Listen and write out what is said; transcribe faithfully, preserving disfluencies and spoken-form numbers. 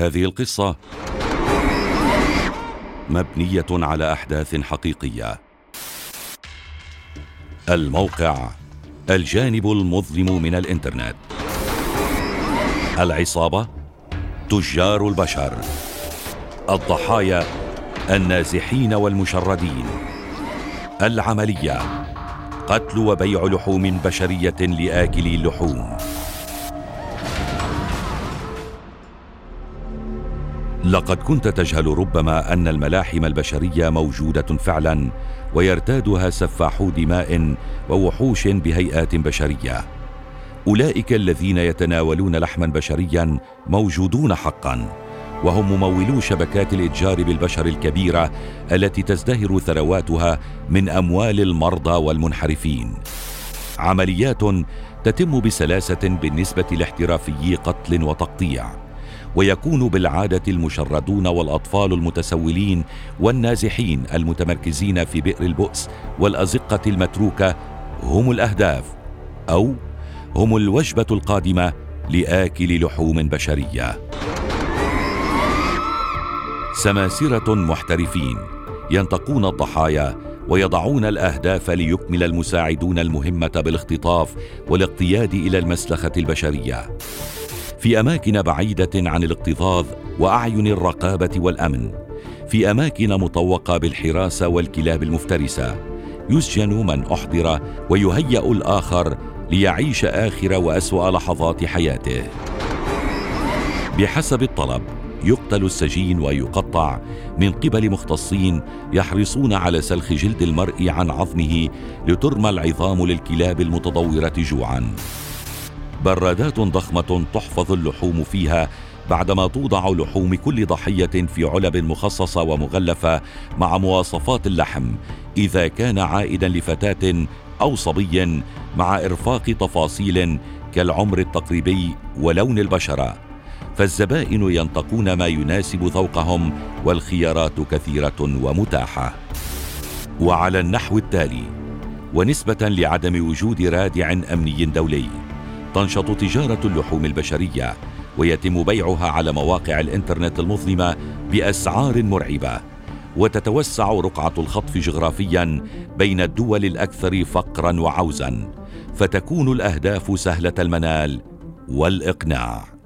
هذه القصة مبنية على أحداث حقيقية. الموقع: الجانب المظلم من الإنترنت. العصابة: تجار البشر. الضحايا: النازحين والمشردين. العملية: قتل وبيع لحوم بشرية لآكلي اللحوم. لقد كنت تجهل ربما أن الملاحم البشرية موجودة فعلا، ويرتادها سفاحو دماء ووحوش بهيئات بشرية. أولئك الذين يتناولون لحما بشريا موجودون حقا، وهم ممولو شبكات الإتجار بالبشر الكبيرة التي تزدهر ثرواتها من أموال المرضى والمنحرفين. عمليات تتم بسلاسة بالنسبة لاحترافيي قتل وتقطيع، ويكون بالعادة المشردون والأطفال المتسولين والنازحين المتمركزين في بئر البؤس والأزقة المتروكة هم الأهداف، أو هم الوجبة القادمة لآكل لحوم بشرية. سماسرة محترفين ينتقون الضحايا ويضعون الأهداف ليكمل المساعدون المهمة بالاختطاف والاقتياد إلى المسلخة البشرية في أماكن بعيدة عن الاكتظاظ وأعين الرقابة والأمن، في أماكن مطوقة بالحراسة والكلاب المفترسة. يسجن من أحضر ويهيأ الآخر ليعيش آخر وأسوأ لحظات حياته. بحسب الطلب يقتل السجين ويقطع من قبل مختصين يحرصون على سلخ جلد المرء عن عظمه لترمى العظام للكلاب المتضورة جوعا. برادات ضخمة تحفظ اللحوم فيها بعدما توضع لحوم كل ضحية في علب مخصصة ومغلفة مع مواصفات اللحم إذا كان عائدا لفتاة أو صبي، مع إرفاق تفاصيل كالعمر التقريبي ولون البشرة، فالزبائن ينتقون ما يناسب ذوقهم والخيارات كثيرة ومتاحة. وعلى النحو التالي، ونسبة لعدم وجود رادع أمني دولي، تنشط تجارة اللحوم البشرية ويتم بيعها على مواقع الإنترنت المظلمة بأسعار مرعبة، وتتوسع رقعة الخطف جغرافيا بين الدول الأكثر فقرا وعوزا، فتكون الأهداف سهلة المنال والإقناع.